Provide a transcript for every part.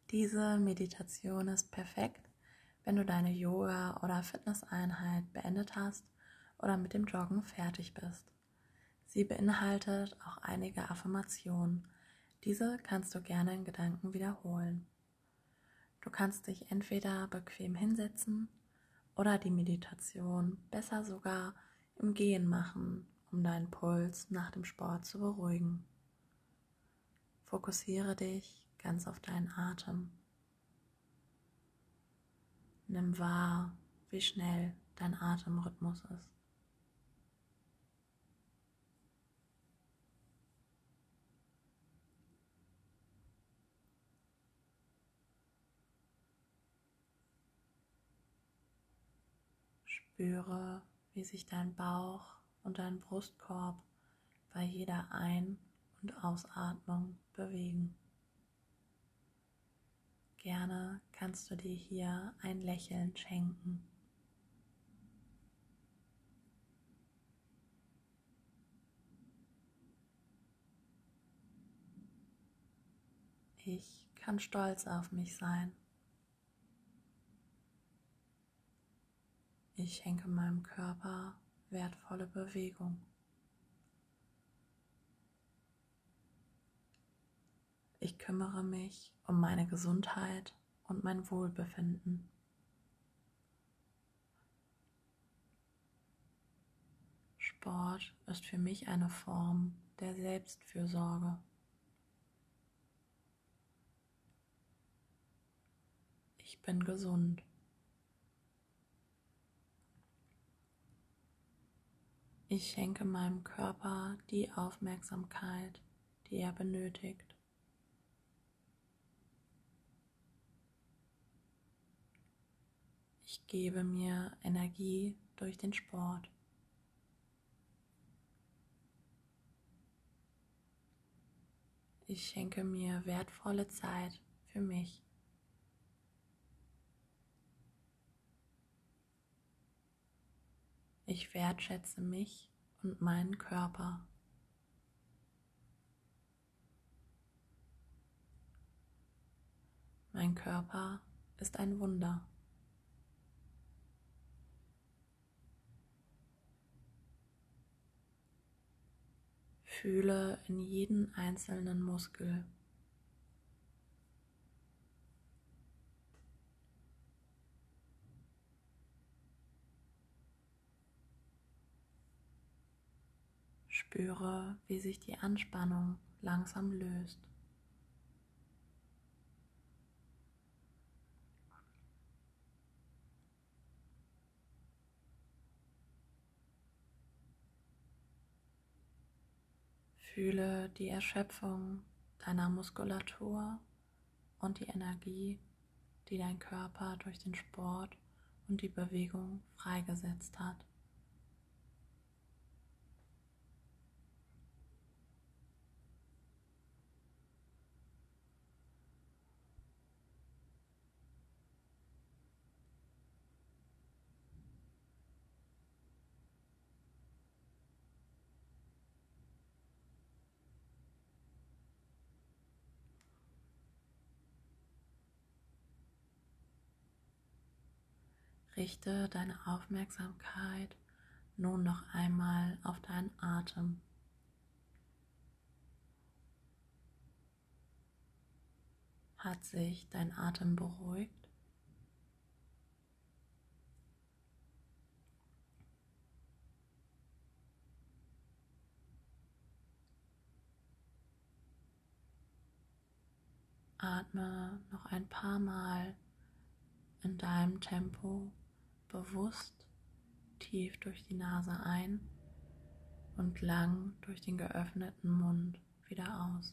Diese Meditation ist perfekt, wenn du deine Yoga- oder Fitnesseinheit beendet hast oder mit dem Joggen fertig bist. Sie beinhaltet auch einige Affirmationen. Diese kannst du gerne in Gedanken wiederholen. Du kannst dich entweder bequem hinsetzen oder die Meditation besser sogar im Gehen machen, um deinen Puls nach dem Sport zu beruhigen. Fokussiere dich ganz auf deinen Atem. Nimm wahr, wie schnell dein Atemrhythmus ist. Spüre, wie sich dein Bauch und dein Brustkorb bei jeder Ein- und Ausatmung bewegen. Gerne kannst du dir hier ein Lächeln schenken. Ich kann stolz auf mich sein. Ich schenke meinem Körper wertvolle Bewegung. Ich kümmere mich um meine Gesundheit und mein Wohlbefinden. Sport ist für mich eine Form der Selbstfürsorge. Ich bin gesund. Ich schenke meinem Körper die Aufmerksamkeit, die er benötigt. Ich gebe mir Energie durch den Sport. Ich schenke mir wertvolle Zeit für mich. Ich wertschätze mich und meinen Körper. Mein Körper ist ein Wunder. Fühle in jeden einzelnen Muskel. Spüre, wie sich die Anspannung langsam löst. Fühle die Erschöpfung deiner Muskulatur und die Energie, die dein Körper durch den Sport und die Bewegung freigesetzt hat. Richte deine Aufmerksamkeit nun noch einmal auf deinen Atem. Hat sich dein Atem beruhigt? Atme noch ein paar Mal in deinem Tempo bewusst tief durch die Nase ein und lang durch den geöffneten Mund wieder aus.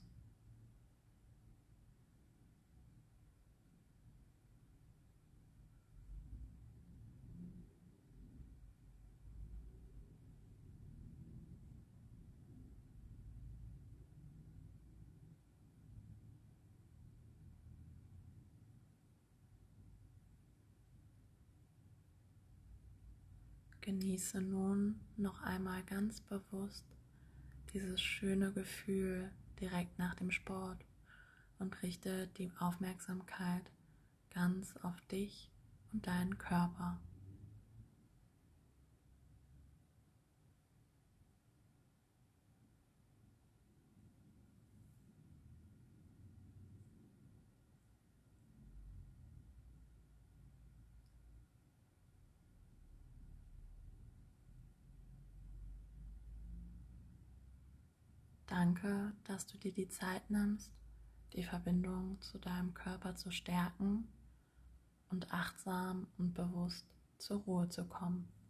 Genieße nun noch einmal ganz bewusst dieses schöne Gefühl direkt nach dem Sport und richte die Aufmerksamkeit ganz auf dich und deinen Körper. Danke, dass du dir die Zeit nimmst, die Verbindung zu deinem Körper zu stärken und achtsam und bewusst zur Ruhe zu kommen.